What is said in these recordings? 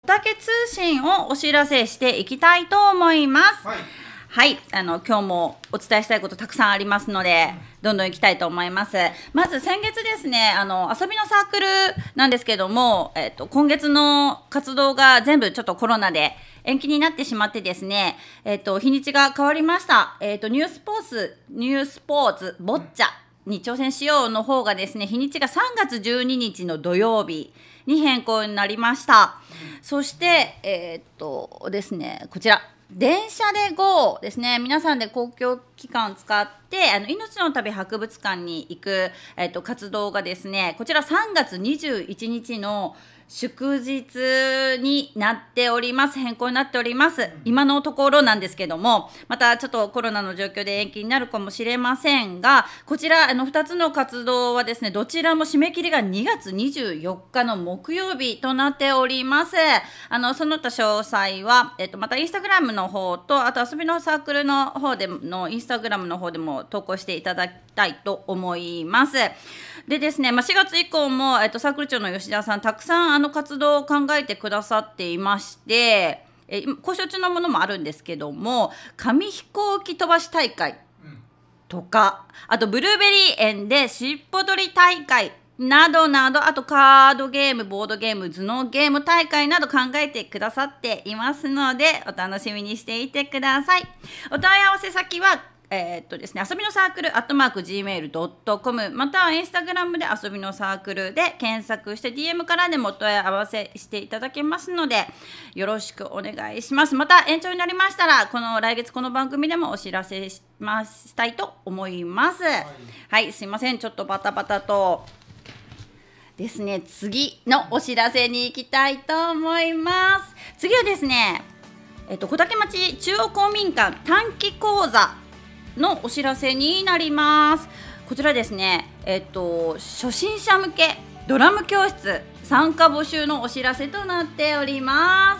竹通信をお知らせしていきたいと思います。はい、今日もお伝えしたいことたくさんありますので、どんどんいきたいと思います。まず先月ですね、遊びのサークルなんですけども、今月の活動が全部ちょっとコロナで延期になってしまってですね、日にちが変わりました。ニュースポーツボッチャに挑戦しようの方がですね、日にちが3月12日の土曜日に変更になりました。そしてですね、こちら電車で GO ですね。皆さんで公共機関を使って命の旅博物館に行く、活動がですね、こちら3月21日の祝日になっております。変更になっております。今のところなんですけども、またちょっとコロナの状況で延期になるかもしれませんが、こちら2つの活動はですね、どちらも締め切りが2月24日の木曜日となっております。その他詳細は、またインスタグラムの方と、あと遊びのサークルの方でのインスタグラムの方でも投稿していただきたいと思います。でですね、4月以降も、サークル長の吉田さんたくさん活動を考えてくださっていまして、交渉中のものもあるんですけども、紙飛行機飛ばし大会とか、あとブルーベリー園で尻尾取り大会などなど、あとカードゲーム、ボードゲーム、頭脳ゲーム大会など考えてくださっていますので、お楽しみにしていてください。お問い合わせ先はですね、遊びのサークル@gmail.com、 またはインスタグラムで遊びのサークルで検索して DM からでもお問い合わせしていただけますので、よろしくお願いします。また延長になりましたら、来月この番組でもお知らせしたいと思います。はい、すいません、ちょっとバタバタとですね、次のお知らせに行きたいと思います。次はですね、小竹町中央公民館短期講座のお知らせになります。こちらですね、初心者向けドラム教室参加募集のお知らせとなっております。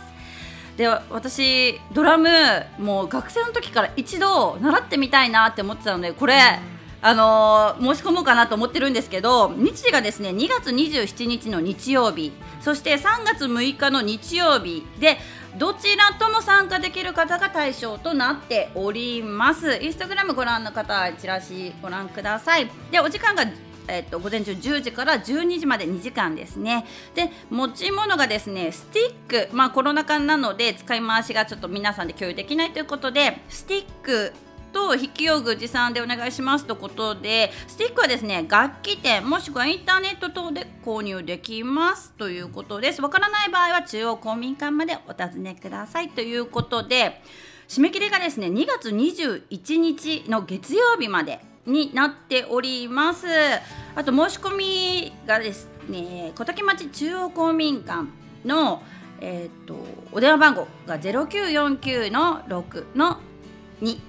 で、私ドラムもう学生の時から一度習ってみたいなって思ってたので、これ申し込もうかなと思ってるんですけど、日時がですね2月27日の日曜日、そして3月6日の日曜日で、どちらとも参加できる方が対象となっております。インスタグラムご覧の方はチラシご覧ください。で、お時間が午前中10時から12時まで2時間ですね。で、持ち物がですね、スティック、コロナ禍なので使い回しがちょっと皆さんで共有できないということで、スティックと筆記用具持参でお願いしますということで、スティックはですね、楽器店もしくはインターネット等で購入できますということです。わからない場合は中央公民館までお尋ねくださいということで、締め切りがですね2月21日の月曜日までになっております。あと申し込みがですね、小竹町中央公民館の、お電話番号が0949の6の2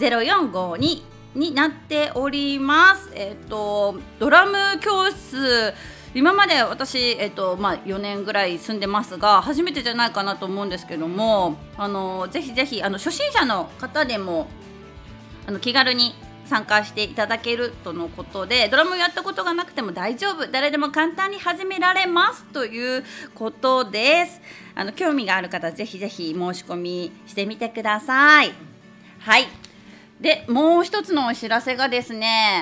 0452になっております。ドラム教室、今まで私、4年ぐらい住んでますが、初めてじゃないかなと思うんですけども、ぜひぜひ初心者の方でも気軽に参加していただけるとのことで、ドラムやったことがなくても大丈夫、誰でも簡単に始められますということです。興味がある方、ぜひぜひ申し込みしてみてください。はい。で、もう一つのお知らせがですね、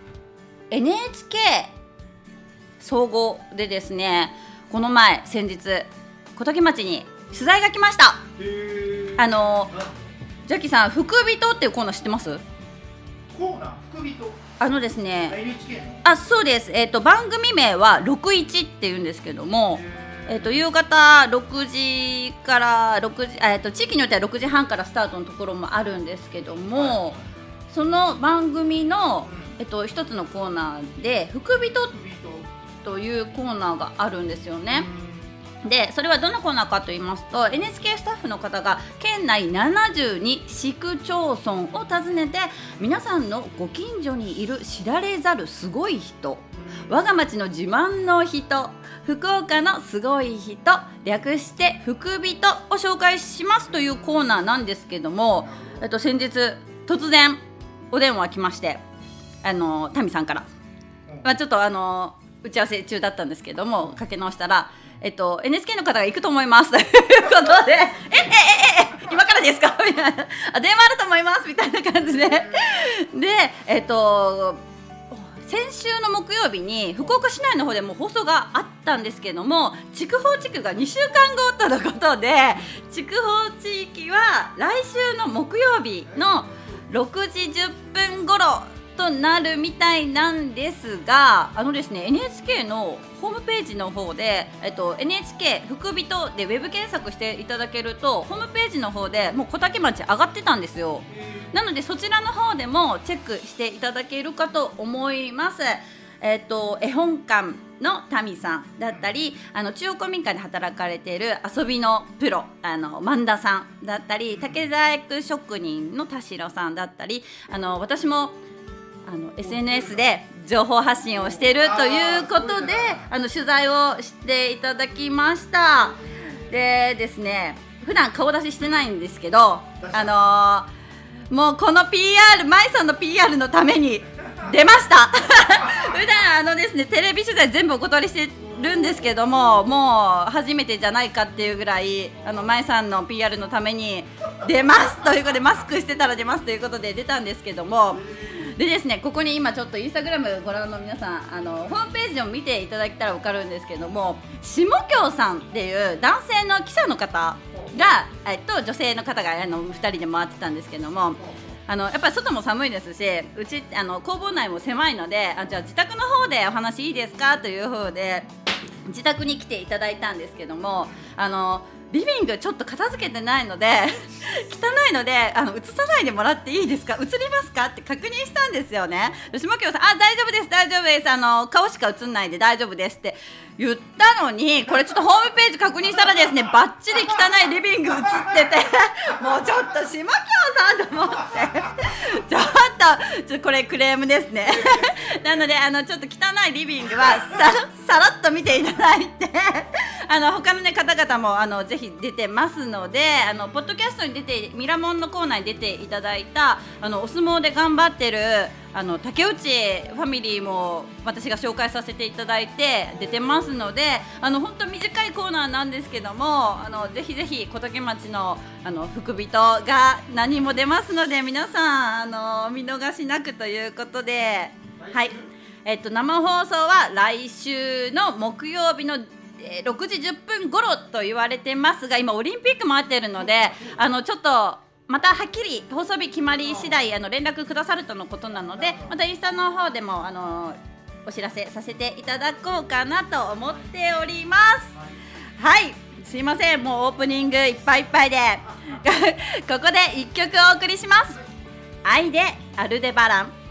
NHK 総合でですね、この前先日小竹町に取材が来ました。ジャッキーさん、福人っていうコーナー知ってます？ コーナー福人ですね、 NHK のそうです。番組名は61っていうんですけども、夕方6時から6時、地域によっては6時半からスタートのところもあるんですけども、その番組の、一つのコーナーで福人というコーナーがあるんですよね。で、それはどのコーナーかと言いますと、 NHK スタッフの方が県内72市区町村を訪ねて、皆さんのご近所にいる知られざるすごい人、我が町の自慢の人、福岡のすごい人、略して福人を紹介しますというコーナーなんですけども、先日突然お電話来まして、タミさんから、ちょっと打ち合わせ中だったんですけども、かけ直したら、 NHK の方が行くと思いますということで今からですかみたいな電話あると思いますみたいな感じで先週の木曜日に福岡市内の方でも放送があったんですけども、筑豊地区が2週間後とのことで、筑豊地域は来週の木曜日の6時10分頃となるみたいなんですが、ですね、NHK のホームページの方で、NHK 福人でウェブ検索していただけると、ホームページの方でもう小竹町上がってたんですよ。なのでそちらの方でもチェックしていただけるかと思います。絵本館のタミさんだったり、中央公民館で働かれている遊びのプロ萬田さんだったり、竹細工職人の田代さんだったり、私もSNS で情報発信をしているということで取材をしていただきました。でですね、普段顔出ししてないんですけど、もうこの PR、舞さんの PR のために出ました普段ですね、テレビ取材全部お断りしてるんですけども、もう初めてじゃないかっていうぐらい舞さんの PR のために出ますということで、マスクしてたら出ますということで出たんですけども、でですね、ここに今ちょっとインスタグラムご覧の皆さんホームページを見ていただけたら分かるんですけども、下京さんっていう男性の記者の方が、女性の方が2人で回ってたんですけども、やっぱり外も寒いですし、うち工房内も狭いので、じゃあ自宅の方でお話いいですかという方で自宅に来ていただいたんですけども、リビングちょっと片付けてないので汚いので映さないでもらっていいですか、映りますかって確認したんですよね。下京さん、大丈夫です大丈夫です、顔しか映んないで大丈夫ですって言ったのに、これちょっとホームページ確認したらですね、バッチリ汚いリビング映っててもうちょっと下京さんと思ってちょっとこれクレームですねなのでちょっと汚いリビングはさらっと見ていただいて他の、ね、方々もぜひ出てますので、ポッドキャストに出てミラモンのコーナーに出ていただいたお相撲で頑張ってる竹内ファミリーも私が紹介させていただいて出てますので、本当短いコーナーなんですけども、ぜひぜひ小竹町の福人が何も出ますので、皆さん見逃しなくということで、はい、生放送は来週の木曜日の6時10分頃と言われてますが、今オリンピックもあっているのでちょっとまたはっきり放送日決まり次第連絡くださるとのことなので、またインスタの方でもお知らせさせていただこうかなと思っております。はい、すいません、もうオープニングいっぱいいっぱいでここで1曲お送りします。愛でアルデバラン。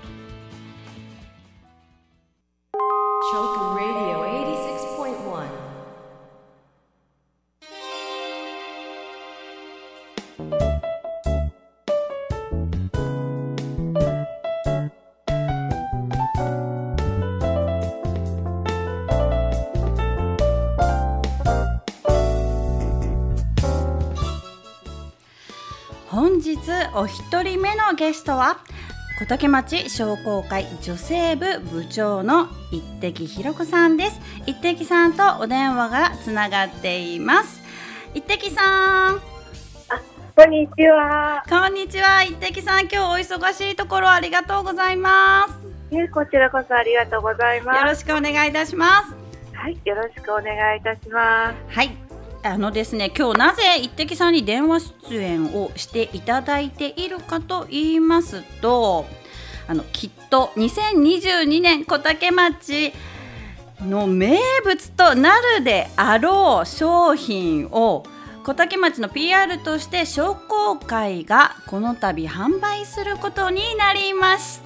本日お一人目のゲストは小竹町商工会女性部部長の一滴ひろ子さんです。一滴さんとお電話がつながっています。一滴さん、 こんにちは。 こんにちは。一滴さん、今日お忙しいところありがとうございます。 こちらこそありがとうございます。 よろしくお願いいたします。 はい、よろしくお願いいたします。 はい、ですね、今日なぜ一滴さんに電話出演をしていただいているかと言いますと、きっと2022年小竹町の名物となるであろう商品を小竹町の PR として商工会がこの度販売することになりました。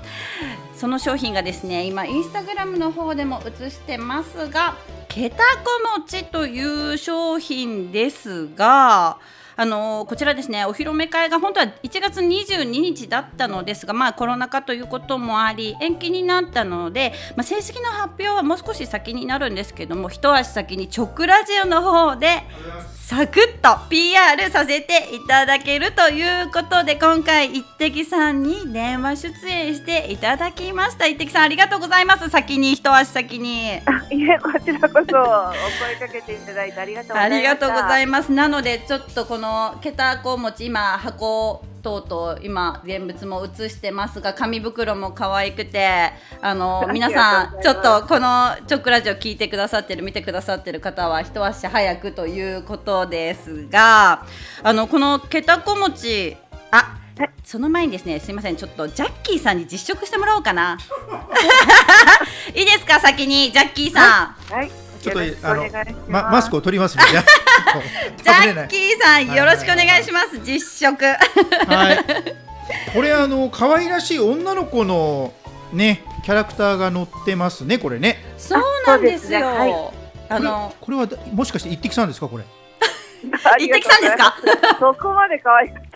その商品がですね、今インスタグラムの方でも映してますが、けたこ餅という商品ですが、 こちらですね、お披露目会が本当は1月22日だったのですが、コロナ禍ということもあり延期になったので、正式な発表はもう少し先になるんですけども、一足先に直ラジオの方でサクッと PR させていただけるということで、今回一滴さんに電話出演していただきました。一滴さんありがとうございます。先に一足先に。 いえ、こちらこそお声かけていただいてありがとうございました。 ありがとうございます。なのでちょっとこのけたこ餅、今箱等々今現物も映してますが、紙袋も可愛くて、皆さんちょっとこの直ラジオ聞いてくださってる、見てくださってる方は一足早くということですが、このけたこ餅、その前にですね、すいません、ちょっとジャッキーさんに実食してもらおうかな。いいですか、先にジャッキーさん。 はい、 ちょっとマスクを取りますね。 ジャッキーさん、よろしくお願いします。実食。 はい。これ可愛らしい女の子のねキャラクターが載ってますね、これね。 そうなんですよ。 これはもしかして一滴さんですか、これ。 一滴さんですか。 そこまで可愛かった。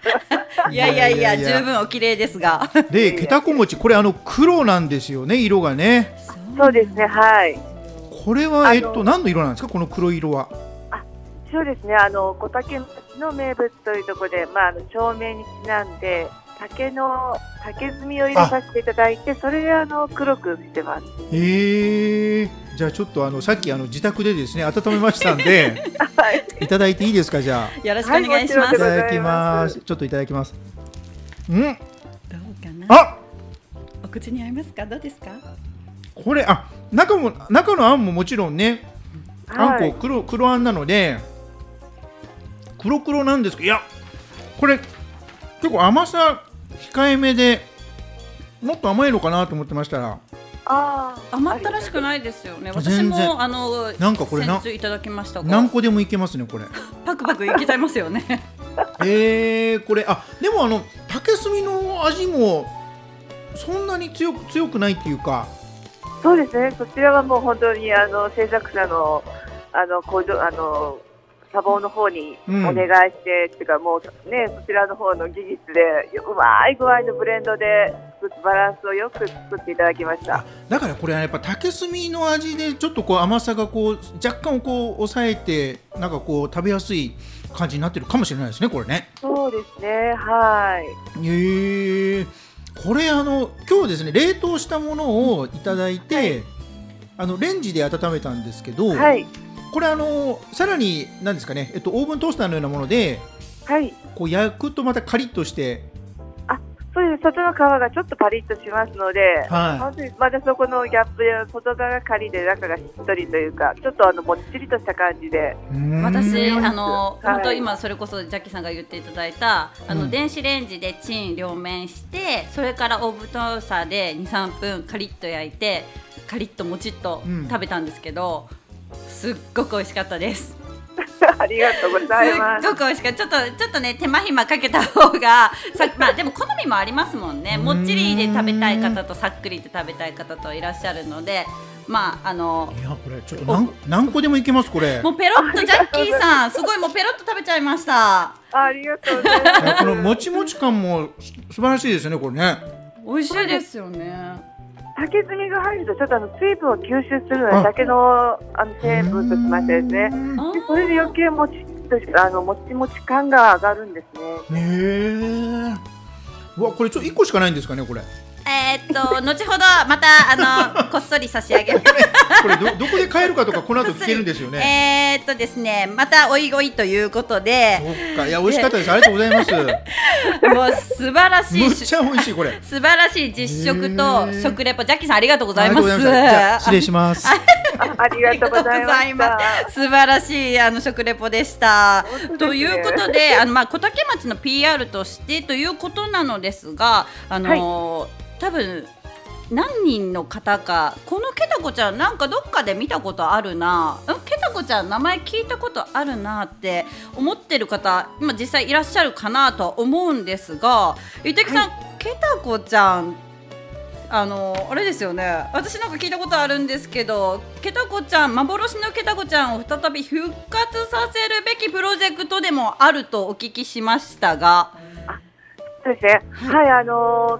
いや十分お綺麗ですが。 で、けたこ餅、これ黒なんですよね、色がね。 そうですね、はい。 これは何の色なんですか、この黒色は。 そうですね、小竹町の名物というところで、町名にちなんで竹炭を入れさせていただいて、それで黒くしてます。 じゃあちょっとさっき自宅でですね温めましたんで、はい、いただいていいですか。じゃあよろしくお願いします。 いただきます。ちょっといただきます。どうかな。お口に合いますか。どうですか。 これ中のあんももちろんね、あんこ黒あんなので黒なんですけど、いやこれ結構甘さ控えめでもっと甘いのかなと思ってましたら、 甘ったらしくないですよね。私もなんかこれ先日いただきましたが、 何個でもいけますね、これ。 パクパクいけちゃいますよね。 これでも竹炭の味もそんなに強くないっていうか。 そうですね、そちらはもう本当に制作者の工場砂防の方にお願いして、っていうかもうね、そちらの方の技術でうまい具合のブレンドでバランスをよく作っていただきました。 だからこれはやっぱ竹炭の味でちょっと甘さが若干抑えて、なんか食べやすい感じになってるかもしれないですね、これね。 そうですね、はい。 これ今日ですね、冷凍したものをいただいて、レンジで温めたんですけど、はい、これさらに何ですかね、オーブントースターのようなもので、はい、焼くとまたカリッとして、 そういう外の皮がちょっとパリッとしますので、本当にまだそこのギャップで外側がカリで中がしっとりというか、ちょっともっちりとした感じで。 私本当今それこそジャッキーさんが言っていただいた電子レンジでチン両面して、それからオーブントースターで 2,3 分カリッと焼いて、カリッともちっと食べたんですけど、すっごく美味しかったです。 ありがとうございます。 すっごく美味しかった。ちょっとね、手間暇かけた方がでも好みもありますもんね。もっちりで食べたい方とさっくりで食べたい方といらっしゃるので、いやこれちょっと何個でもいけます、これ。 もうペロッとジャッキーさん、すごいもうペロッと食べちゃいました。 ありがとうございます。 このもちもち感も素晴らしいですね、これね。 美味しいですよね。 竹炭が入るとちょっと水分を吸収するので、竹の成分としましてですね、でそれで余計もちもち感が上がるんですね。 うわ、これ1個しかないんですかね、これ。 後ほどまたこっそり差し上げます。 これどこで買えるかとかこの後聞けるんですよね。 ですね、またおいおいということで。 そっか、いや美味しかったです。ありがとうございます。 もう素晴らしい。 めっちゃ美味しい、これ。 素晴らしい実食と食レポ、ジャッキーさんありがとうございます。 じゃあ失礼します。 ありがとうございます。 素晴らしい食レポでした。ということで、小竹町の PR としてということなのですが、多分何人の方か、このけたこちゃんなんかどっかで見たことあるな、けたこちゃん名前聞いたことあるなって思ってる方、今実際いらっしゃるかなとは思うんですが、ゆてきさん、けたこちゃんあれですよね、私なんか聞いたことあるんですけど、ケタコちゃん、幻のケタコちゃんを再び復活させるべきプロジェクトでもあるとお聞きしましたが。 そうですね、はい、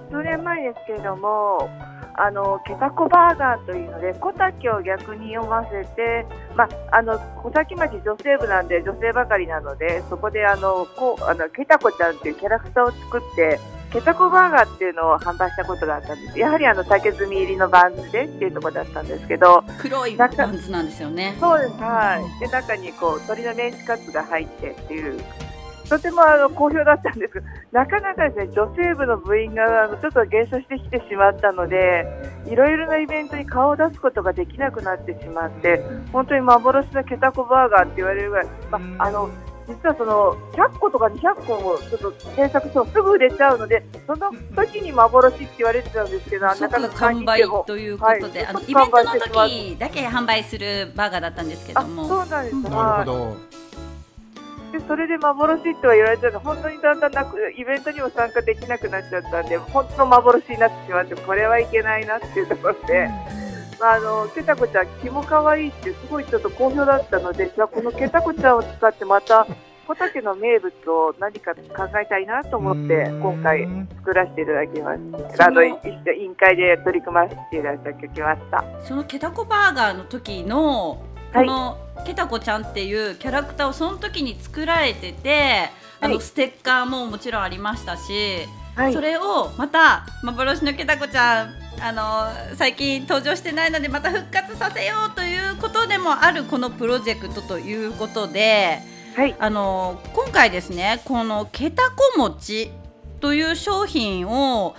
数年前ですけれども、ケタコバーガーというので小滝を逆に読ませて、小滝町女性部なんで女性ばかりなので、そこでケタコちゃんというキャラクターを作ってケタコバーガーっていうのを販売したことがあったんです。やはり竹炭入りのバンズでっていうところだったんですけど、 黒いバンズなんですよね。 そうです、はい。で中に鶏のメンチカツが入ってっていう、とても好評だったんですけど、なかなかですね、女性部の部員がちょっと減少してきてしまったので、いろいろなイベントに顔を出すことができなくなってしまって、本当に幻のケタコバーガーって言われるぐらい、実はその100個とか200個もちょっと制作してもすぐ売れちゃうので、その時に幻って言われてたんですけど、なかなか完売ということで、イベントの時だけ販売するバーガーだったんですけども。 そうなんです、 なるほど。 でそれで幻とは言われてるのが、本当にだんだんイベントにも参加できなくなっちゃったんで、本当の幻になってしまって、これはいけないなっていうところで、ケタコちゃん気も可愛いってすごいちょっと好評だったので、じゃあこのケタコちゃんを使ってまた小竹の名物を何か考えたいなと思って今回作らせていただきました。委員会で取り組ませていただきました。 そのケタコバーガーの時のこのケタコちゃんっていうキャラクターをその時に作られてて、ステッカーももちろんありましたし、それをまた幻のケタコちゃん最近登場してないのでまた復活させようということでもあるこのプロジェクトということで、今回ですね、このケタコ餅という商品を、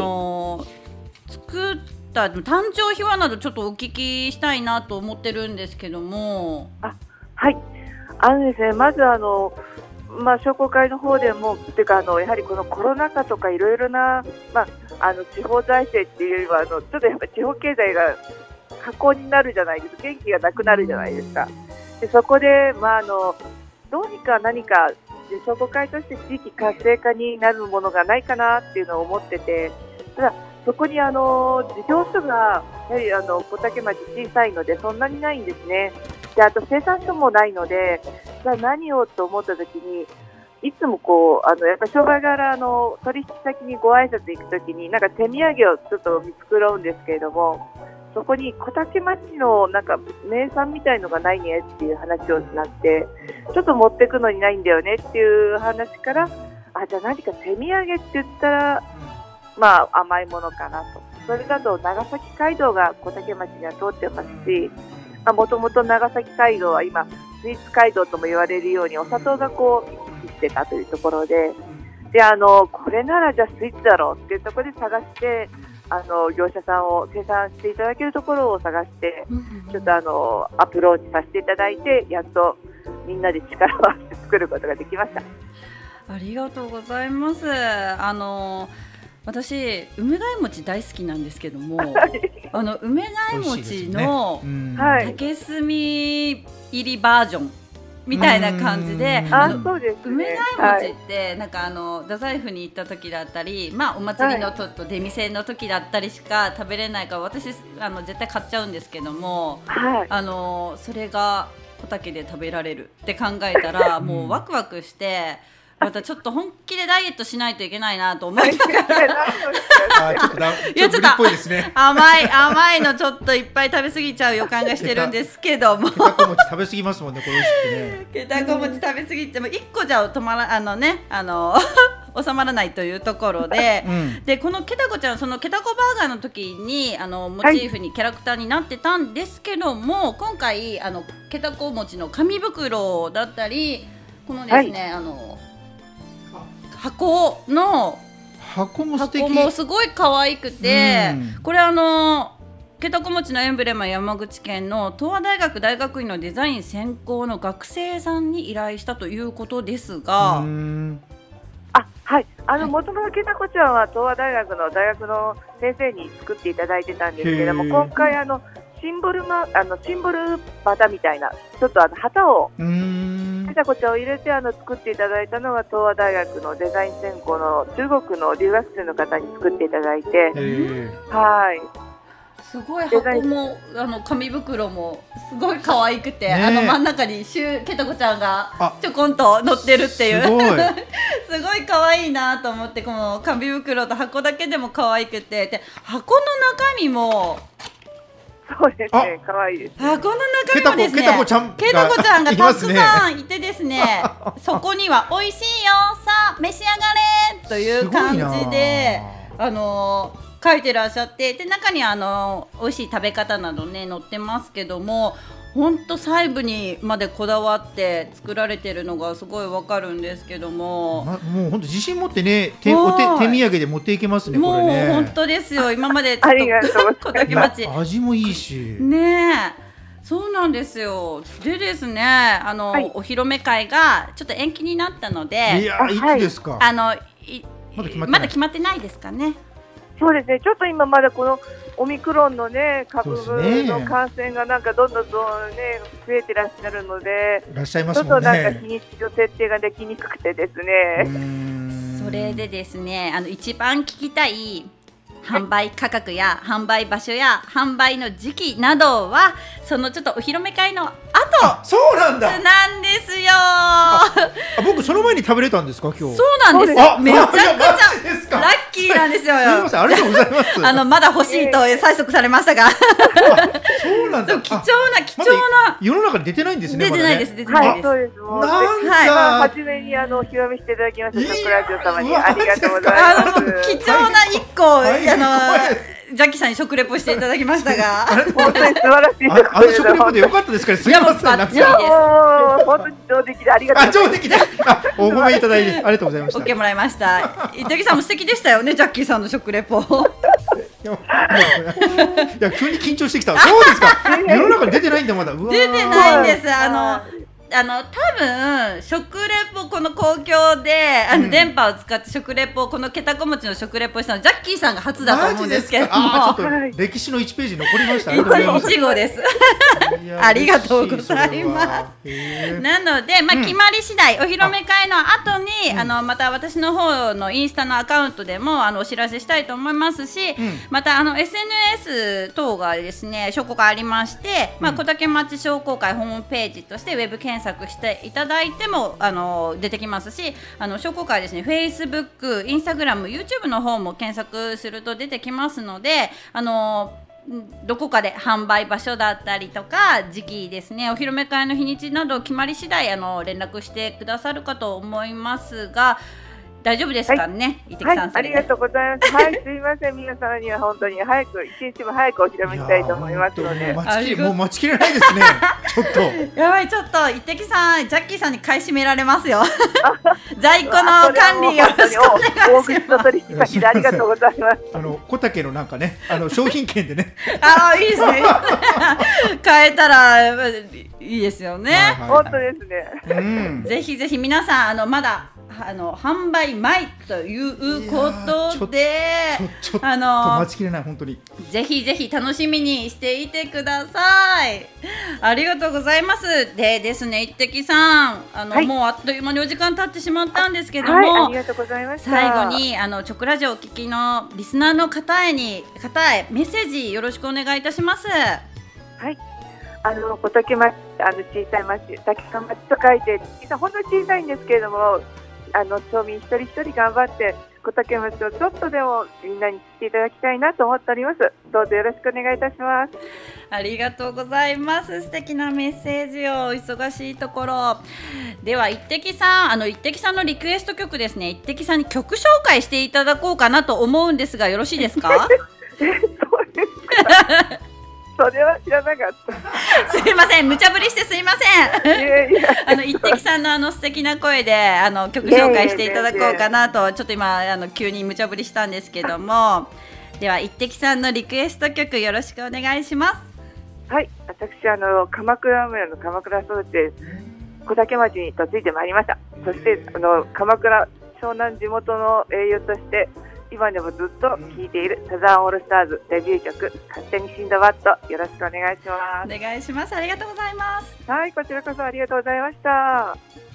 作った誕生秘話などちょっとお聞きしたいなと思ってるんですけども。 ですね、まず商工会の方でもというかやはりこのコロナ禍とかいろいろな、地方財政っていうよりはちょっとやっぱり地方経済が下降になるじゃないですか、元気がなくなるじゃないですか。でそこで、どうにか何か商工会として地域活性化になるものがないかなっていうのを思ってて、ただそこに事業所がやはり小竹町小さいのでそんなにないんですね。であと生産所もないので、じゃあ何をと思った時に、いつもやっぱ商売柄取引先にご挨拶行くときになんか手土産をちょっと見繕うんですけれども、そこに小竹町のなんか名産みたいのがないねっていう話をなって、ちょっと持ってくのにないんだよねっていう話から、じゃあ何か手土産って言ったら甘いものかなと。それだと長崎街道が小竹町には通ってますし、もともと長崎街道は今スイーツ街道とも言われるようにお砂糖が行き来してたというところで、これならじゃあスイーツだろうっていうところで探して、業者さんを生産していただけるところを探して、ちょっとアプローチさせていただいて、やっとみんなで力を合わせて作ることができました。 ありがとうございます。私梅貝餅大好きなんですけども、梅貝餅の竹炭入りバージョンみたいな感じで、梅貝餅ってなんか太宰府に行った時だったり、お祭りのちょっと出店の時だったりしか食べれないから、私絶対買っちゃうんですけども、それが小竹で食べられるって考えたらもうワクワクして。またちょっと本気でダイエットしないといけないなと思いながらちょっと無理っぽいですね。 甘いのちょっといっぱい食べ過ぎちゃう予感がしてるんですけども、 ケタコ餅食べ過ぎますもんね、これ美味しくてね。 ケタコ餅食べ過ぎても1個じゃ収まらないというところで、でこのケタコちゃん、そのケタコバーガーの時にモチーフにキャラクターになってたんですけども、今回ケタコ餅の紙袋だったり、このですね、箱も素敵、箱もすごい可愛くて、これケタコ餅のエンブレムは山口県の東亜大学大学院のデザイン専攻の学生さんに依頼したということですが、 もともとケタコちゃんは東亜大学の先生に作っていただいてたんですけども、今回シンボル旗みたいなちょっと旗をきた紅茶を入れて作っていただいたのが東亜大学のデザイン専攻の中国の留学生の方に作っていただいて、はい。 すごい箱も紙袋もすごい可愛くて、真ん中にケタコちゃんがちょこんと乗ってるっていうすごい可愛いなと思って、この紙袋と箱だけでも可愛くて、で箱の中身もそうですね、可愛いです、ね。 箱の中身もですね、ケタコちゃんがたくさんいてですね、そこには美味しいよ、さあ召し上がれという感じで書いてらっしゃって、で中に美味しい食べ方などね載ってますけども、本当細部にまでこだわって作られてるのがすごいわかるんですけども、 もう本当自信持ってね、手土産で持っていけますね。これね、 もう本当ですよ。今までちょっと小竹町味もいいしねえ、そうなんですよ。でですね、お披露目会がちょっと延期になったので、 いや、いつですか？ まだ決まってないですかね。 そうですね、ちょっと今まだこのオミクロンのね株の感染がなんかどんどんね増えてらっしゃるので、 いらっしゃいますもんね。 ちょっとなんか日にちの設定ができにくくてですね。 それでですね、一番聞きたい販売価格や販売場所や販売の時期などは、そのちょっとお披露目会の後そうなんだなんですよ。 僕その前に食べれたんですか今日？ そうなんですよ。めちゃくちゃラッキーなんですよ。 すみません、ありがとうございます。 まだ欲しいと催促されましたが、 そうなんだ。 貴重な世の中に出てないんですね。 出てないです。出てないです。 そうです。初めにお披露目していただきましたショクラジオ様にありがとうございます。 貴重な一個ジャッキーさんに食レポしていただきましたが、 本当に素晴らしい食レポで良かったですから、すみません。 本当に上出来でありがとうございます。 上出来でお褒めいただいてありがとうございました。 OK もらいました。ジャッキーさんも素敵でしたよね、ジャッキーさんの食レポ。 いや急に緊張してきた。そうですか。世の中に出てないんだまだ。 出てないんです。多分食レポ、この公共で電波を使って食レポ、このケタコ餅の食レポしたのジャッキーさんが初だと思うんですけども、 ちょっと歴史の1ページ残りました。 1号です。ありがとうございます。なので、決まり次第お披露目会の後にまた私の方のインスタのアカウントでもお知らせしたいと思いますし、またSNS 等がですね商工会ありまして、小竹町商工会ホームページとしてウェブ検索していただいても出てきますし、商工会ですね Facebook、Instagram、YouTube の方も検索すると出てきますので、どこかで販売場所だったりとか時期ですね、お披露目会の日にちなど決まり次第連絡してくださるかと思いますが、大丈夫ですかね、伊敵さん。 ありがとうございます。はい、すいません、皆様には本当に早く一日も早くお披露目したいと思いますので、 もう待ちきれないですね。ちょっとやばい、ちょっ伊敵さん、ジャッキーさんに買い占められますよ。在庫の管理よろしくお願いします。 大口の取引先でありがとうございます。 小竹のなんかね、商品券でね。 いいですね。買えたらいいですよね。 本当ですね。 ぜひぜひ皆さんまだ販売前ということで、 ちょっと待ちきれない本当に。 ぜひぜひ楽しみにしていてください。ありがとうございます。でですね、伊敵さん、もうあっという間にお時間経ってしまったんですけども、 ありがとうございました。 最後にチョクラジオをお聞きのリスナーの方へメッセージよろしくお願いいたします。 はい。小竹町小さい町、竹の町と書いて本当に小さいんですけれども。町民一人一人頑張って小竹町をちょっとでもみんなに知っていただきたいなと思っております。どうぞよろしくお願いいたします。 ありがとうございます。素敵なメッセージをお忙しいところでは、伊敵さんのリクエスト曲ですね、伊敵さんに曲紹介していただこうかなと思うんですが、よろしいですか？ そうですか。それは知らなかった。 すいません、無茶ぶりしてすいません。伊敵さんの素敵な声で曲紹介していただこうかなと、ちょっと今急に無茶ぶりしたんですけども、では伊敵さんのリクエスト曲よろしくお願いします。 はい、私鎌倉村の鎌倉育ちで小竹町に嫁いでまいりました。そして鎌倉湘南地元の英雄として今でもずっと聴いているサザンオールスターズデビュー曲勝手にシンドバッド、よろしくお願いします。 お願いします。ありがとうございます。 はい、こちらこそありがとうございました。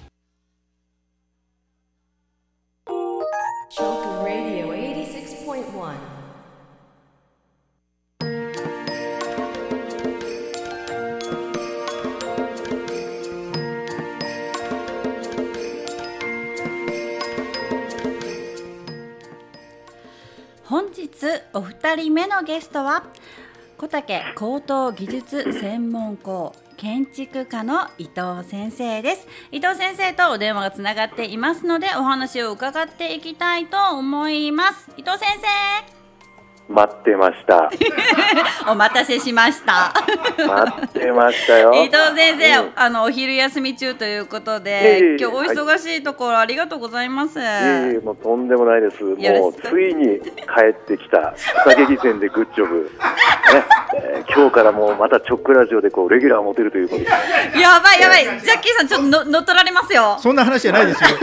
本日お二人目のゲストは小竹高等技術専門校建築科の伊藤先生です。伊藤先生とお電話がつながっていますのでお話を伺っていきたいと思います。伊藤先生、 待ってましたお待たせしました待ってましたよ伊藤先生、お昼休み中ということで、今日お忙しいところありがとうございます。 もうとんでもないです。もうついに帰ってきた小竹技研でグッジョブ、今日からもうまたチョックラジオでこうレギュラーを持てるということで、 やばいやばい、ジャッキーさんちょっと乗っ取られますよ。 そんな話じゃないですよ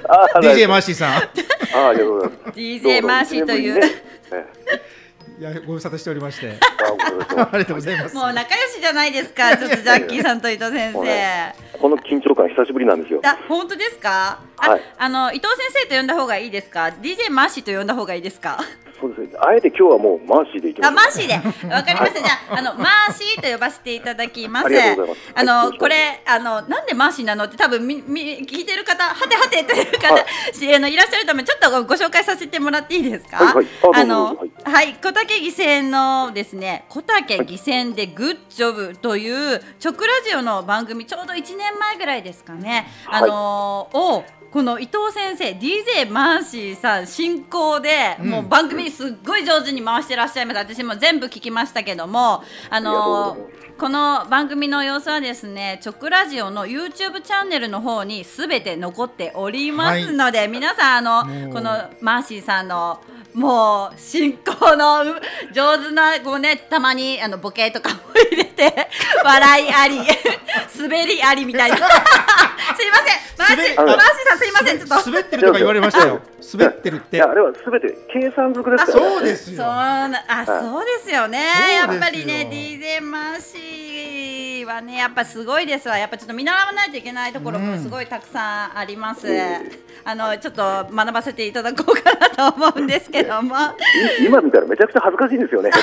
DJ マーシーさんありがとうございます DJ マーシーといういやご無沙汰しておりましてありがとうございます。 もう仲良しじゃないですか、ちょっとジャッキーさんと伊藤先生この緊張感久しぶりなんですよ。 本当ですか？ はい、 伊藤先生と呼んだ方がいいですか？ DJ マーシーと呼んだ方がいいですか？ そうですね、あえて今日はもうマーシーでいきます。 マーシーでわかりました。じゃあマーシーと呼ばせていただきます。 ありがとうございます。 これなんでマーシーなのって多分聞いてる方、はてはてという方、いらっしゃるためちょっとご紹介させてもらっていいですか？はい、小竹技研のですね、小竹技研でグッジョブという直ラジオの番組、ちょうど1年前ぐらいですかね、この伊藤先生 DJ マーシーさん進行で、もう番組すっごい上手に回してらっしゃいます。私も全部聞きましたけども、この番組の様子はですね、直ラジオの YouTube チャンネルの方にすべて残っておりますので、皆さんこのマーシーさんのもう進行の上手なたまにボケとかも入れて笑いあり滑りありみたいなすいません、マーシーさんすいません、ちょっと滑ってるとか言われましたよ。滑ってるって。 いや、あれはすべて計算づくですからね。 そうですよ。 そうですよね。やっぱりね DJ マーシーはね、やっぱすごいですわ。やっぱちょっと見習わないといけないところもすごいたくさんあります。ちょっと学ばせていただこうかなと思うんですけども今見たらめちゃくちゃ恥ずかしいんですよね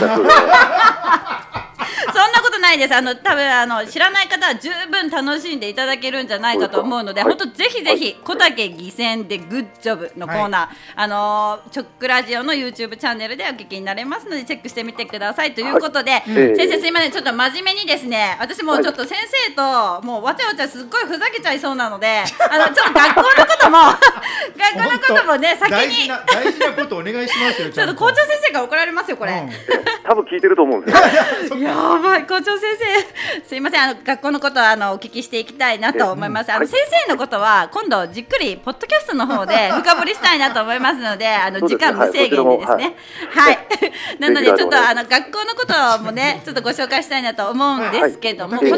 そんなことないです。多分知らない方は十分楽しんでいただけるんじゃないかと思うので、本当ぜひぜひ小竹技研でグッジョブのコーナー、チョックラジオの YouTube チャンネルでお聞きになれますのでチェックしてみてくださいということで、先生すいません、ちょっと真面目にですね、私もちょっと先生ともうわちゃわちゃすっごいふざけちゃいそうなので、ちょっと学校のこともね、先に大事なことお願いしますよ。 ちょっと校長先生が怒られますよこれ、 多分聞いてると思うんですよやばい、校長先生すいません、学校のことはお聞きしていきたいなと思います。先生のことは今度じっくりポッドキャストの方で深掘りしたいなと思いますので、時間無制限でですね、はいなのでちょっと学校のこともねちょっとご紹介したいなと思うんですけども、はい、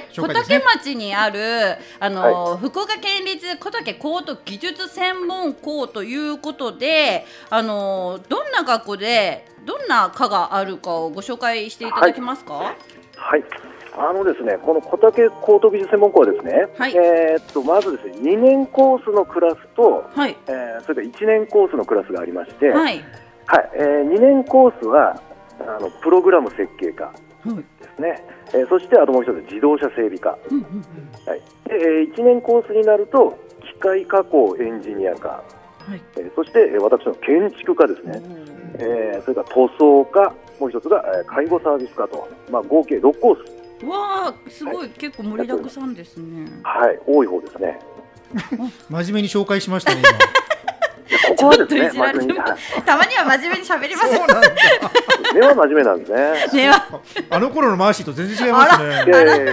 小竹町にある福岡県立小竹高等技術専門校ということで、どんな学校でどんな科があるかをご紹介していただけますか？ はい、ですね、この小竹高等技術専門校はですね、まずですね、2年コースのクラスと、それから1年コースのクラスがありまして、2年コースはプログラム設計科ですね、そしてあともう一つ自動車整備科、で1年コースになると機械加工エンジニア科、そして私の建築科ですね、それから塗装科、もう一つが介護サービス科と、合計6コース。 わー、すごい、結構盛りだくさんですね。 はい、多い方ですね。 真面目に紹介しましたね。 ここはですね、 たまには真面目に喋ります。 根は真面目なんですね。 あの頃のマーシーと全然違いますね。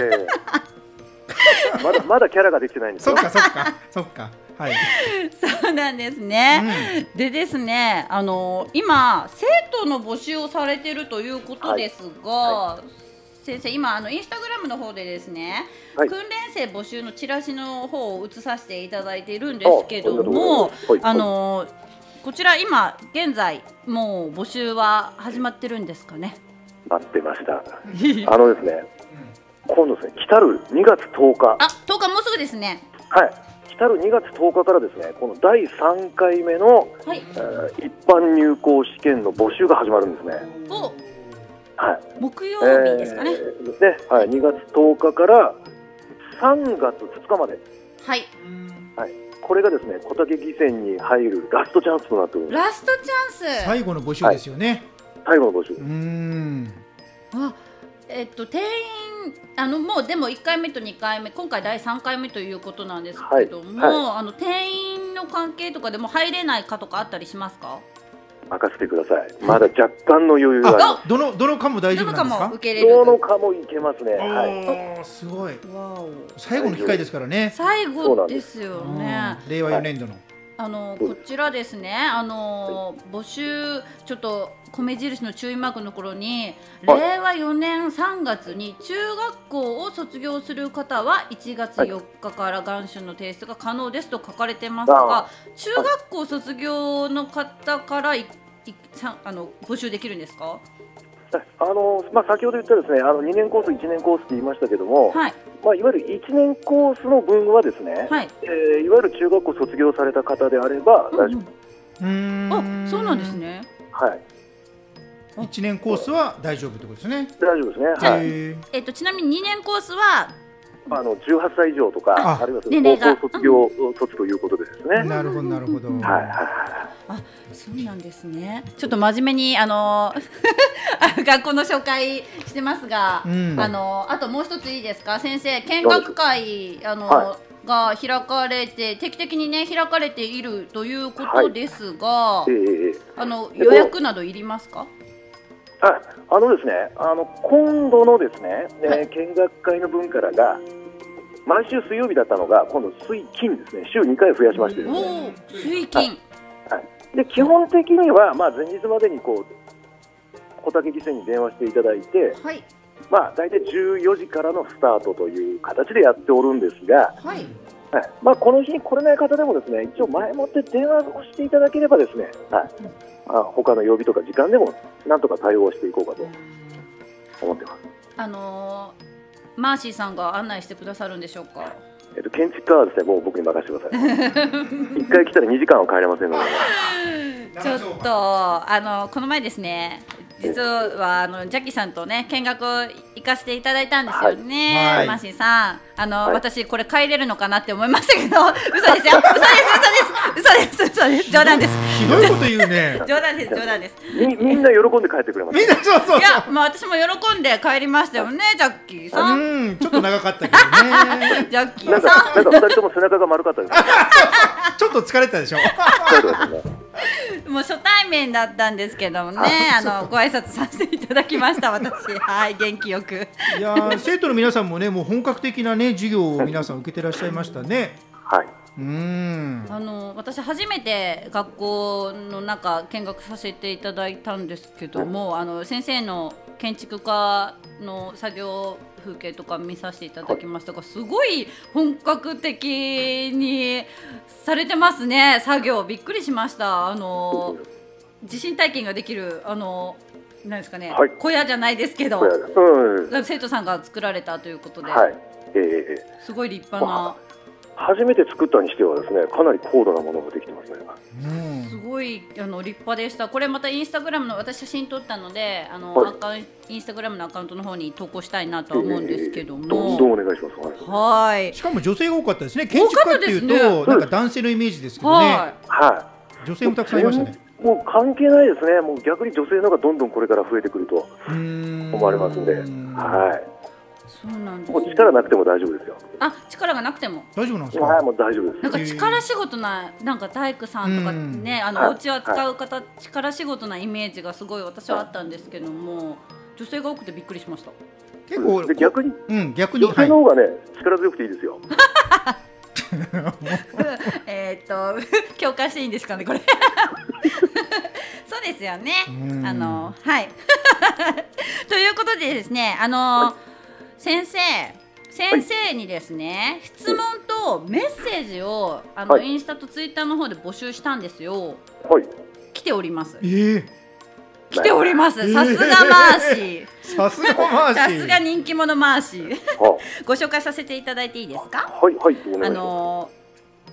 まだキャラができてないんですよ。 そっか。はい、 そうなんですね、でですね、今生徒の募集をされているということですが、先生今インスタグラムの方でですね、訓練生募集のチラシの方を移させていただいているんですけども、こちら今現在もう募集は始まってるんですかね？ 待ってましたですね、今度ですね、来たる2月10日、 10日もうすぐですね。 はい、 来たる2月10日からですね、この第3回目の、はい、一般入校試験の募集が始まるんですね。 はい、木曜日ですかね。 はい、2月10日から3月2日まで。 はい。 はい。これがですね、小竹技研に入るラストチャンスとなっております。 ラストチャンス。 最後の募集ですよね。 はい、最後の募集。 あ、定員もうでも1回目と2回目、今回第3回目ということなんですけども、はいはい、定員の関係とかでも入れない科とかあったりしますか？ 任せてください。まだ若干の余裕があります。 どの科も大丈夫なんですか？ どの科もいけますね。はい。すごい。最後の機会ですからね。 最後ですよね。 令和4年度の。 こちらですね、募集ちょっと米印の注意マークのところに、令和4年3月に中学校を卒業する方は1月4日から願書の提出が可能ですと書かれてますが、中学校卒業の方から募集できるんですか？ 先ほど言ったですね、2年コース、1年コースって言いましたけども、はい、いわゆる1年コースの分はですね、はい、いわゆる中学校卒業された方であれば大丈夫。 そうなんですね。 はい。 1年コースは大丈夫ってことですね。 大丈夫ですね。 はい。ちなみに2年コースは 18歳以上とか、あるいは高校卒業卒ということですね。 なるほどなるほど。 はい。 あ、そうなんですね。ちょっと真面目に学校の紹介してますが、あともう一ついいですか、先生。見学会が開かれて、定期的にね開かれているということですが、予約などいりますか？ ですね、今度のですね、見学会の分からが毎週水曜日だったのが今度水金ですね、週2回増やしましてですね。 水金。 で基本的には前日までに小竹技研に電話していただいて、大体14時からのスタートという形でやっておるんですが、この日に来れない方でもですね、一応前もって電話をしていただければですね、他の曜日とか時間でもなんとか対応していこうかと思ってます。 マーシーさんが案内してくださるんでしょうか？ 建築家はですね、もう僕に任せてください。1回来たら2時間は帰れませんので。 ちょっとこの前ですね、実はジャッキーさんとね見学行かせていただいたんですよね。マーシーさん、私これ帰れるのかなって思いましたけど、嘘ですよ、嘘です、冗談です。 ひどいこと言うね。 冗談です、冗談です。 みんな喜んで帰ってくれます。 みんなそう。 いや、私も喜んで帰りましたよね、ジャッキーさん。 ちょっと長かったけどね。 ジャッキーさん。 なんか2人とも背中が丸かったです。 ちょっと疲れたでしょ。 もう初対面だったんですけどもね、ご挨拶させていただきました、私。はい、元気よく。 いや、生徒の皆さんもね、もう本格的なね授業を皆さん受けてらっしゃいましたね。 はい。 私初めて学校の中見学させていただいたんですけども、先生の建築家の作業風景とか見させていただきましたが、すごい本格的にされてますね、作業。びっくりしました。地震体験ができるなんですかね、小屋じゃないですけど、生徒さんが作られたということで、すごい立派な。 初めて作ったにしてはですね、かなり高度なものができてますね。 すごい立派でした。これまたインスタグラムの、私写真撮ったので、インスタグラムのアカウントの方に投稿したいなとは思うんですけども、 どんどんお願いします。 はい。 しかも女性が多かったですね。建築家っていうとなんか男性のイメージですけどね。女性もたくさんいましたね。 もう関係ないですね。もう逆に女性の方がどんどんこれから増えてくると思われますんで、 そうなんです。 もう力なくても大丈夫ですよ。 力がなくても大丈夫なんですか？ もう大丈夫です。 なんか力仕事な、なんか大工さんとかね、お家は使う方、力仕事なイメージがすごい私はあったんですけども、女性が多くてびっくりしました。 結構逆に女性の方がね、力強くていいですよ。 共感していいんですかね、これ。そうですよね。はい。ということでですね、先生にですね、質問とメッセージをインスタとツイッターの方で募集したんですよ。来ております。来ております。さすがマーシー。 さすがマーシー。 さすが人気者マーシー。ご紹介させていただいていいですか？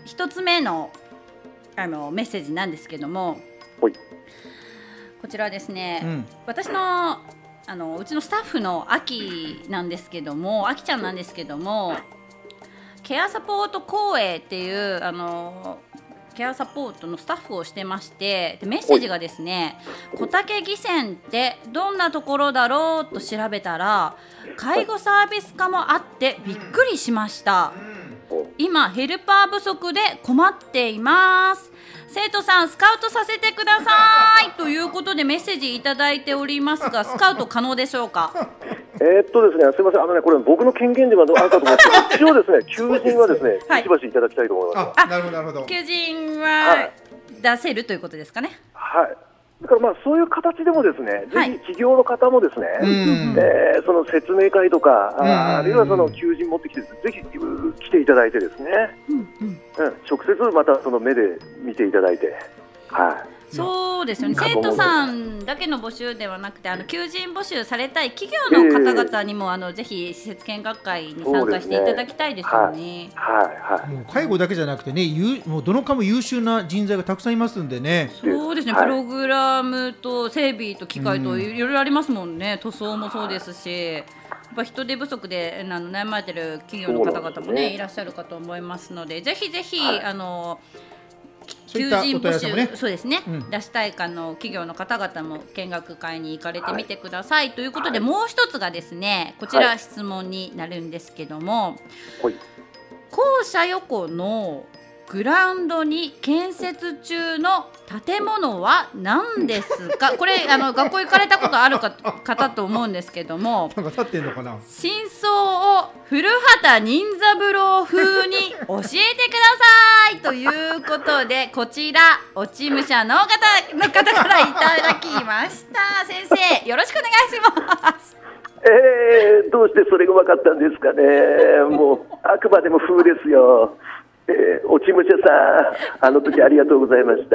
1つ目のメッセージなんですけども、 はい、 こちらですね、私のうちのスタッフのあきなんですけども、あきちゃんなんですけども、ケアサポート公営っていうケアサポートのスタッフをしてまして、でメッセージがですね、小竹義泉ってどんなところだろうと調べたら介護サービス課もあってびっくりしました。今ヘルパー不足で困っています。生徒さんスカウトさせてくださいということでメッセージいただいておりますが、スカウト可能でしょうか？ ですね、すみません、これ僕の権限ではあるかと思って一応ですね、求人はですね、しばしいただきたいと思います。 なるほどなるほど。 求人は出せるということですかね。 はい。だからそういう形でもですね、ぜひ企業の方もですね、その説明会とか、あるいはその求人持ってきて、ぜひ来ていただいてですね、直接またその目で見ていただいて、はい。 そうですよね。生徒さんだけの募集ではなくて、求人募集されたい企業の方々にもぜひ施設見学会に参加していただきたいですよね。 もう介護だけじゃなくてね、もうどの科も優秀な人材がたくさんいますんでね。 そうですね。プログラムと整備と機械といろいろありますもんね。塗装もそうですし。やっぱ人手不足で悩まれてる企業の方々もねいらっしゃるかと思いますので、ぜひぜひ求人募集、そうですね、出したいかの企業の方々も見学会に行かれてみてください、ということで、もう一つがですね、こちら質問になるんですけども、校舎横のグラウンドに建設中の建物は何ですか？これ学校行かれたことある方と思うんですけども、 なんか立ってんのかな。 真相を古畑任三郎風に教えてくださいということで、こちら落ち武者の方からいただきました。先生、よろしくお願いします。 どうしてそれが分かったんですかね。もうあくまでも風ですよ。落ち武者さん、あの時ありがとうございました。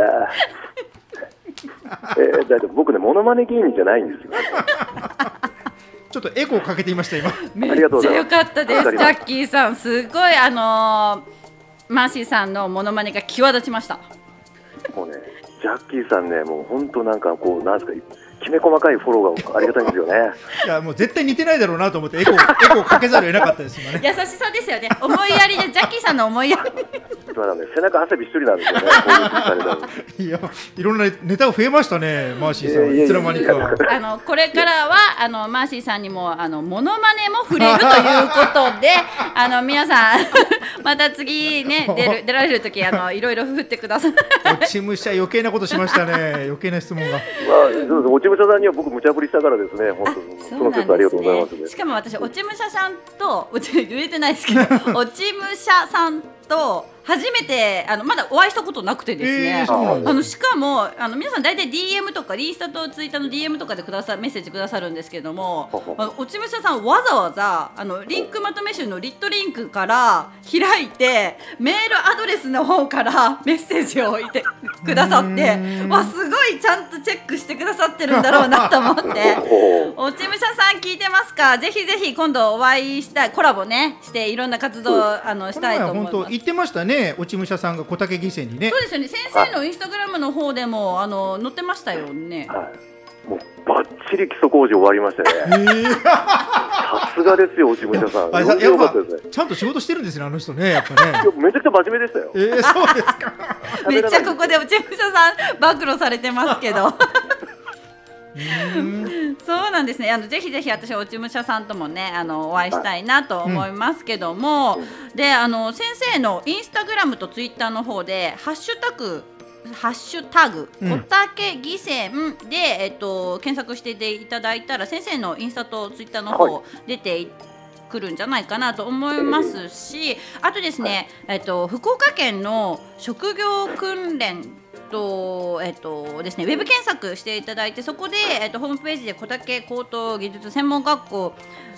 だけど僕ね、モノマネ芸人じゃないんですよ。 ちょっとエコーかけていました今。 めっちゃ良かったです。ジャッキーさん、すごいマーシーさんのモノマネが際立ちました。 もうね、ジャッキーさんね、もう本当なんかこうなんですか、きめ細かいフォローがありがたいんですよね。 いや、もう絶対似てないだろうなと思ってエコーかけざるを得なかったです今ね。 優しさですよね。思いやりで、ジャッキーさんの思いやり。 背中汗びっしょりなんですよね。 いや、いろんなネタが増えましたね、マーシーさん。いつの間にか。 これからはマーシーさんにもモノマネも触れるということで、皆さんまた次ね出られるときいろいろ振ってください。 落ち武者余計なことしましたね。余計な質問が。 落ち武者さんには僕無茶ぶりしたからですね。本当その説ありがとうございます。 しかも私、落ち武者さんと言えてないですけど、落ち武者さんと初めてまだお会いしたことなくてですね、しかも皆さん大体 DM とかインスタとツイッターの DM とかでメッセージくださるんですけども、落ち武者さんわざわざリンクまとめ集のリットリンクから開いてメールアドレスの方からメッセージを置いてくださって、すごいちゃんとチェックしてくださってるんだろうなと思って落ち武者さん聞いてますか？ぜひぜひ今度お会いしたい、コラボねしていろんな活動したいと思います。 本当言ってましたね、落ち武者さんが小竹義泉にね。 そうですよね。先生のインスタグラムの方でも載ってましたよね。 もうバッチリ基礎工事終わりましたね。さすがですよ、落ち武者さん。 やっぱちゃんと仕事してるんですね、あの人ね、やっぱね。 めちゃくちゃ真面目でしたよ。 そうですか。 めっちゃここで落ち武者さん暴露されてますけど。そうなんですね。ぜひぜひ私落ち武者さんともねお会いしたいなと思いますけども、で先生のインスタグラムとツイッターの方でハッシュタグ小竹義泉で検索していただいたら先生のインスタとツイッターの方出てくるんじゃないかなと思いますし、あとですね、福岡県の職業訓練ですね、ウェブ検索していただいて、そこで、ホームページで小竹高等技術専門学校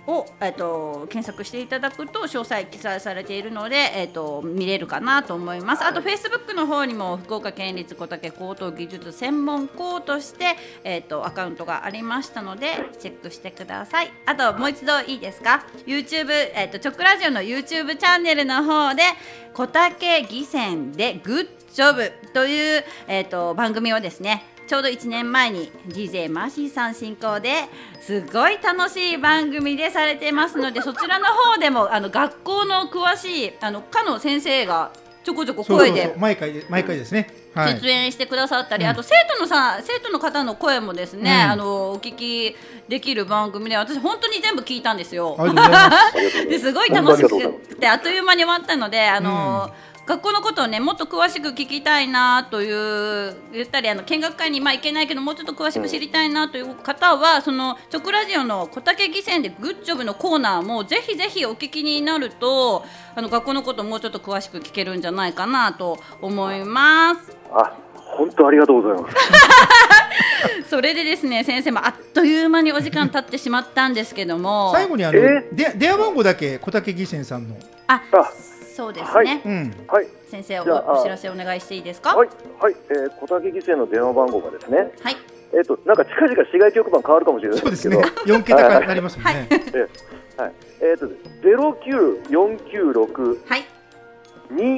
を、検索していただくと詳細記載されているので、見れるかなと思います。あと Facebook の方にも福岡県立小竹高等技術専門校として、アカウントがありましたのでチェックしてください。あともう一度いいですか、 YouTube、チョックラジオの YouTube チャンネルの方で小竹技専でグッジョブという、番組をですね、ちょうど1年前に DJ マーシーさん進行ですごい楽しい番組でされてますので、そちらの方でも学校の詳しいかの先生がちょこちょこ声で毎回ですね、 出演してくださったり、あと生徒の方の声もですね、お聞きできる番組で、私本当に全部聞いたたんですよ。ですごい楽しくてあっという間に終わったので、学校のことをねもっと詳しく聞きたいなという言ったり、見学会に行けないけどもうちょっと詳しく知りたいなという方は、そのチョクラジオの小竹技専でグッジョブのコーナーもぜひぜひお聞きになると、学校のことをもうちょっと詳しく聞けるんじゃないかなと思います。 本当ありがとうございます。 それでですね、先生もあっという間にお時間経ってしまったんですけども、 最後に電話番号だけ小竹技専さんの。 そうですね。 はい。 先生お知らせお願いしていいですか。 はい。小竹技専の電話番号がですね。 はい。 なんか近々市外局番変わるかもしれないですけど。 そうですね。4桁からなりますもんね。 はい。09496 はい。 2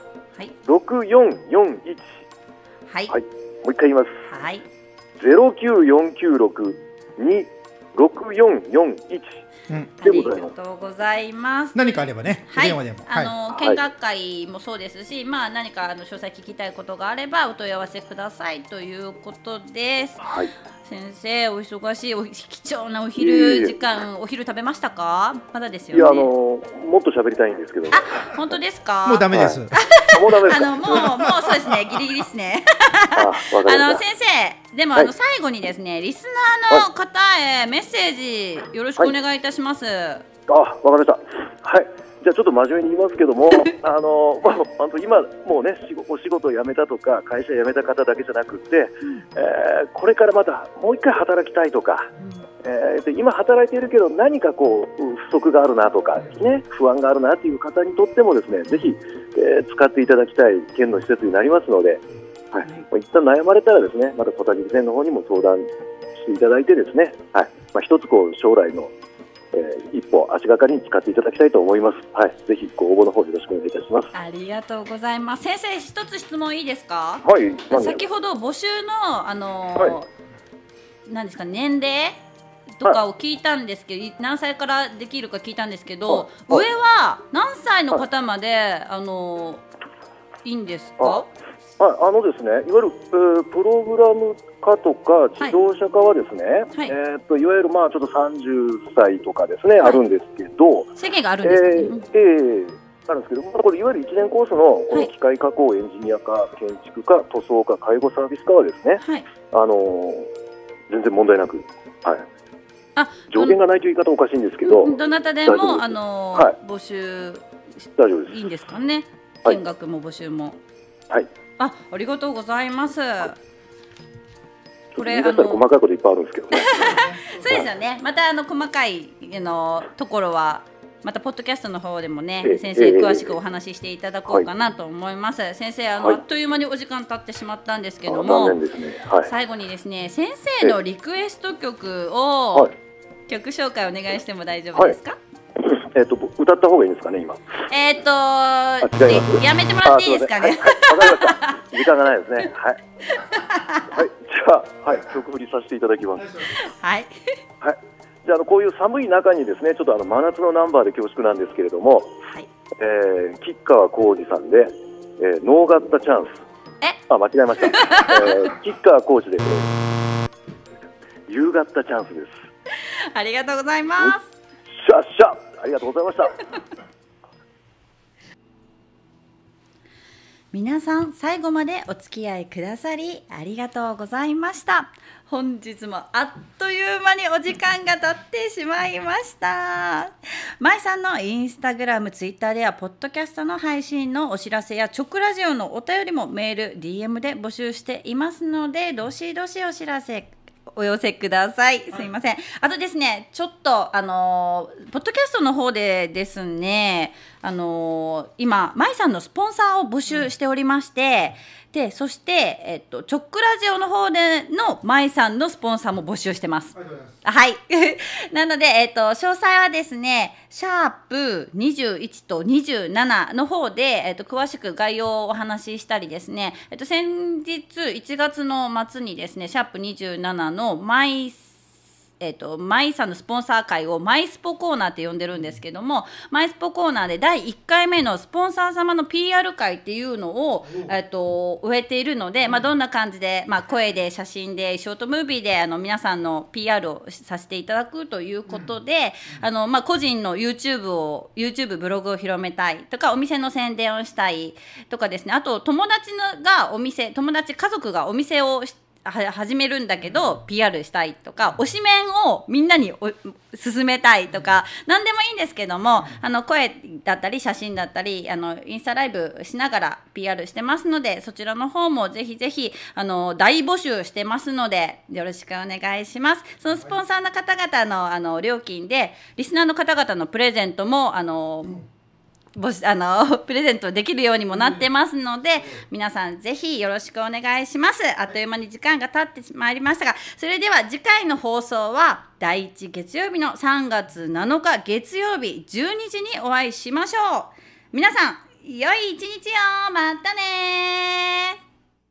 6441。 はい。 もう一回言います。 はい。 09496 2 6441。 ありがとうございます。 何かあればね、電話でも。 見学会もそうですし、何か詳細聞きたいことがあればお問い合わせくださいということです。先生、お忙しい貴重なお昼時間、お昼食べましたか？まだですよね。 いや、もっと喋りたいんですけど。 本当ですか？ もうダメです。 もうダメですか？ もうそうですね、ギリギリですね。先生、でも最後にですね、リスナーの方へメッセージよろしくお願いいたします。 わかりました。はい。じゃあちょっと真面目に言いますけども、今もうねお仕事を辞めたとか会社辞めた方だけじゃなくて、これからまたもう一回働きたいとか、今働いているけど何か不足があるなとかね、不安があるなという方にとってもですね、ぜひ、使っていただきたい県の施設になりますので、一旦悩まれたらですね、また小竹技専の方にも相談していただいてですね、一つ将来の一歩足がかりに使っていただきたいと思います。ぜひご応募の方よろしくお願いいたします。 ありがとうございます。先生、一つ質問いいですか？先ほど募集の何ですか、年齢とかを聞いたんですけど、何歳からできるか聞いたんですけど、上は何歳の方までいいんですか？ ですね、いわゆる、プログラム科とか自動車科はですね、いわゆるちょっと30歳とかですね、あるんですけど、 制限があるんですかね。 あるんですけど、これいわゆる1年コースのこの機械加工エンジニア科、建築科、塗装科、介護サービス科はですね、全然問題なく、上限がないという言い方はおかしいんですけど、 どなたでも募集大丈夫です。 いいんですかね。見学も募集も。ありがとうございます。これ細かいこといっぱいあるんですけどね。 そうですよね。また細かいところはまたポッドキャストの方でもね、先生詳しくお話ししていただこうかなと思います。先生、あっという間にお時間経ってしまったんですけども、最後にですね、先生のリクエスト曲を曲紹介お願いしても大丈夫ですか？ 歌った方がいいんですかね、今。 やめてもらっていいですかね。 わかりました。時間がないですね。じゃあ、曲振りさせていただきます。じゃあ、こういう寒い中にですね、ちょっと真夏のナンバーで恐縮なんですけれども、吉川晃司さんで、ノーガッタチャンス。間違えました。吉川晃司で、夕方チャンスです。 ありがとうございます。 ありがとうございました。 皆さん、最後までお付き合いくださりありがとうございました。本日もあっという間にお時間が経ってしまいました。まいさんのインスタグラム、ツイッターではポッドキャストの配信のお知らせやチョクラジオのお便りもメール、DM で募集していますので、どしどしお知らせお寄せください。すいません。あとですね、ちょっとポッドキャストの方でですね、今マイさんのスポンサーを募集しておりまして、でそして、チョックラジオの方でのマイさんのスポンサーも募集してます。はいなので、詳細はですねシャープ21と27の方で、詳しく概要をお話ししたりですね、先日1月の末にですねシャープ27のマイさんのスポンサー会をマイスポコーナーって呼んでるんですけども、マイスポコーナーで第1回目のスポンサー様の PR 会っていうのを、終えているので、どんな感じで、声で写真でショートムービーで皆さんの PR をさせていただくということで、個人の YouTube ブログを広めたいとか、お店の宣伝をしたいとかですね、あと友達家族がお店を始めるんだけど PR したいとか、推しメンをみんなに勧めたいとか、何でもいいんですけども、声だったり写真だったりインスタライブしながら PR してますので、そちらの方もぜひぜひ大募集してますのでよろしくお願いします。そのスポンサーの方々の料金でリスナーの方々のプレゼントもプレゼントできるようにもなってますので、皆さんぜひよろしくお願いします。あっという間に時間が経ってまいりましたが、それでは次回の放送は第1月曜日の3月7日月曜日12時にお会いしましょう。皆さん良い一日を。またね。